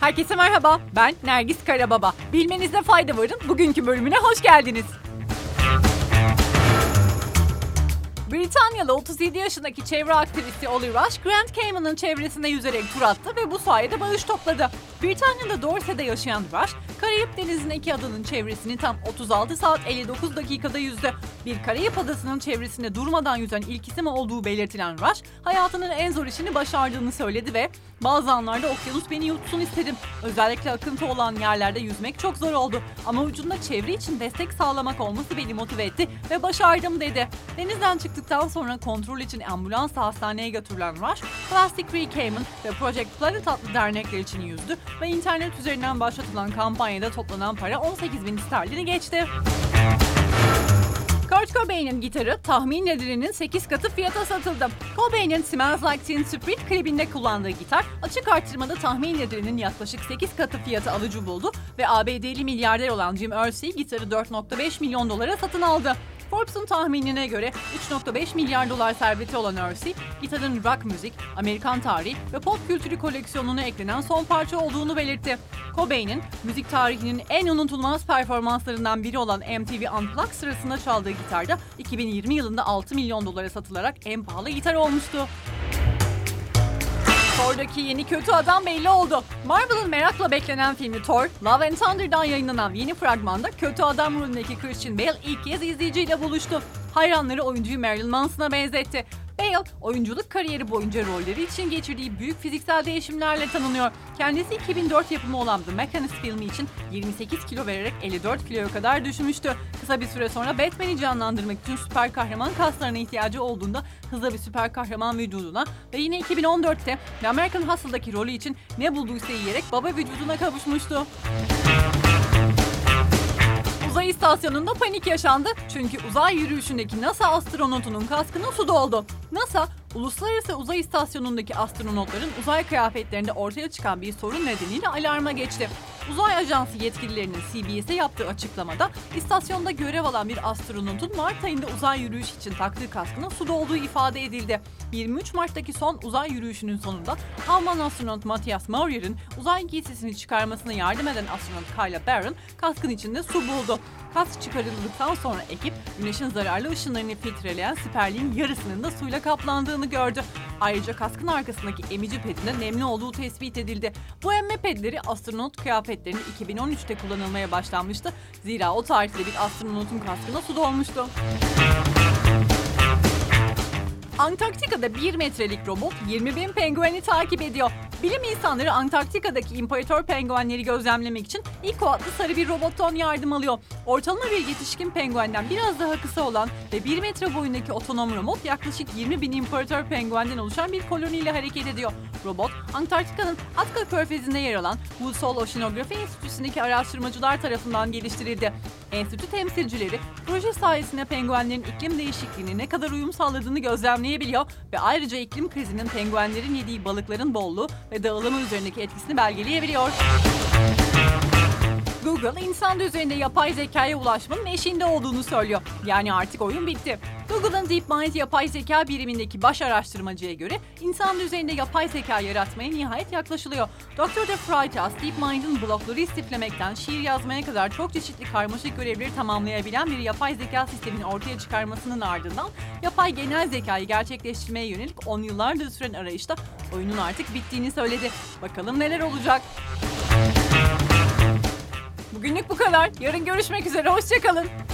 Herkese merhaba, ben Nergis Karababa. Bilmenizde fayda varın, bugünkü bölümüne hoş geldiniz. Britanya'da 37 yaşındaki çevre aktivisti Ollie Rush, Grand Cayman'ın çevresinde yüzerek tur attı ve bu sayede bağış topladı. Britanya'da Dorset'te yaşayan Rush, Karayip Denizi'ndeki adanın çevresini tam 36 saat 59 dakikada yüzdü. Bir Karayip adasının çevresinde durmadan yüzen ilk isim olduğu belirtilen Rush, hayatının en zor işini başardığını söyledi ve "Bazı anlarda okyanus beni yutsun istedim. Özellikle akıntı olan yerlerde yüzmek çok zor oldu. Ama ucunda çevre için destek sağlamak olması beni motive etti ve başardım" dedi. Denizden çıktıktan sonra kontrol için ambulansla hastaneye götürülen Rush, Plastic Free Cayman ve Project Planet adlı dernekler için yüzdü ve internet üzerinden başlatılan kampanyada toplanan para 18.000 sterlini geçti. Kurt Cobain'in gitarı tahmin edilenin 8 katı fiyata satıldı. Cobain'in Smells Like Teen Spirit klibinde kullandığı gitar, açık artırmada tahmin edilenin yaklaşık 8 katı fiyatı alıcı buldu ve ABD'li milyarder olan Jim Irsay gitarı 4.5 milyon dolara satın aldı. Forbes'un tahminine göre 3.5 milyar dolar serveti olan Irsay, gitarın rock müzik, Amerikan tarihi ve pop kültürü koleksiyonuna eklenen son parça olduğunu belirtti. Cobain'in müzik tarihinin en unutulmaz performanslarından biri olan MTV Unplugged sırasında çaldığı gitarda 2020 yılında 6 milyon dolara satılarak en pahalı gitar olmuştu. Thor'daki yeni kötü adam belli oldu. Marvel'ın merakla beklenen filmi Thor, Love and Thunder'dan yayınlanan yeni fragmanda kötü adam rolündeki Christian Bale ilk kez izleyiciyle buluştu. Hayranları oyuncuyu Marilyn Manson'a benzetti. Bale, oyunculuk kariyeri boyunca rolleri için geçirdiği büyük fiziksel değişimlerle tanınıyor. Kendisi 2004 yapımı olan The Mechanist filmi için 28 kilo vererek 54 kiloya kadar düşmüştü. Kısa bir süre sonra Batman'i canlandırmak için süper kahraman kaslarına ihtiyacı olduğunda hızlı bir süper kahraman vücuduna ve yine 2014'te The American Hustle'daki rolü için ne bulduysa yiyerek baba vücuduna kavuşmuştu. Uzay istasyonunda panik yaşandı çünkü uzay yürüyüşündeki NASA astronotunun kaskının su doldu. NASA, Uluslararası Uzay İstasyonu'ndaki astronotların uzay kıyafetlerinde ortaya çıkan bir sorun nedeniyle alarma geçti. Uzay Ajansı yetkililerinin CBS'e yaptığı açıklamada istasyonda görev alan bir astronotun Mart ayında uzay yürüyüşü için taktığı kaskının su dolduğu ifade edildi. 23 Mart'taki son uzay yürüyüşünün sonunda Alman astronot Matthias Maurer'in uzay giysisini çıkarmasına yardım eden astronot Kayla Barron kaskın içinde su buldu. Kask çıkarıldıktan sonra ekip güneşin zararlı ışınlarını filtreleyen siperliğin yarısının da suyla kaplandığını gördü. Ayrıca kaskın arkasındaki emici pedinde nemli olduğu tespit edildi. Bu emme pedleri astronot kıyafetlerinde 2013'te kullanılmaya başlanmıştı. Zira o tarihte bir astronotun kaskına su dolmuştu. Antarktika'da 1 metrelik robot 20.000 pengueni takip ediyor. Bilim insanları Antarktika'daki imparator penguenleri gözlemlemek için Iko adlı sarı bir robottan yardım alıyor. Ortalama bir yetişkin penguenden biraz daha kısa olan ve 1 metre boyundaki otonom robot yaklaşık 20.000 imparator penguenden oluşan bir koloniyle hareket ediyor. Robot, Antarktika'nın Atka Körfezi'nde yer alan Woodhull Oceanography Enstitüsü'ndeki araştırmacılar tarafından geliştirildi. Enstitü temsilcileri proje sayesinde penguenlerin iklim değişikliğine ne kadar uyum sağladığını gözlemleyebiliyor ve ayrıca iklim krizinin penguenlerin yediği balıkların bolluğu ve dağılımı üzerindeki etkisini belgeleyebiliyor. Google, insan düzeyinde yapay zekaya ulaşmanın eşiğinde olduğunu söylüyor. Yani artık oyun bitti. Google'ın DeepMind yapay zeka birimindeki baş araştırmacıya göre insan düzeyinde yapay zeka yaratmaya nihayet yaklaşılıyor. Dr. De Freitas, DeepMind'in blokları istiflemekten şiir yazmaya kadar çok çeşitli karmaşık görevleri tamamlayabilen bir yapay zeka sistemini ortaya çıkarmasının ardından yapay genel zekayı gerçekleştirmeye yönelik 10 yıllardır süren arayışta oyunun artık bittiğini söyledi. Bakalım neler olacak? Bugünlük bu kadar. Yarın görüşmek üzere. Hoşça kalın.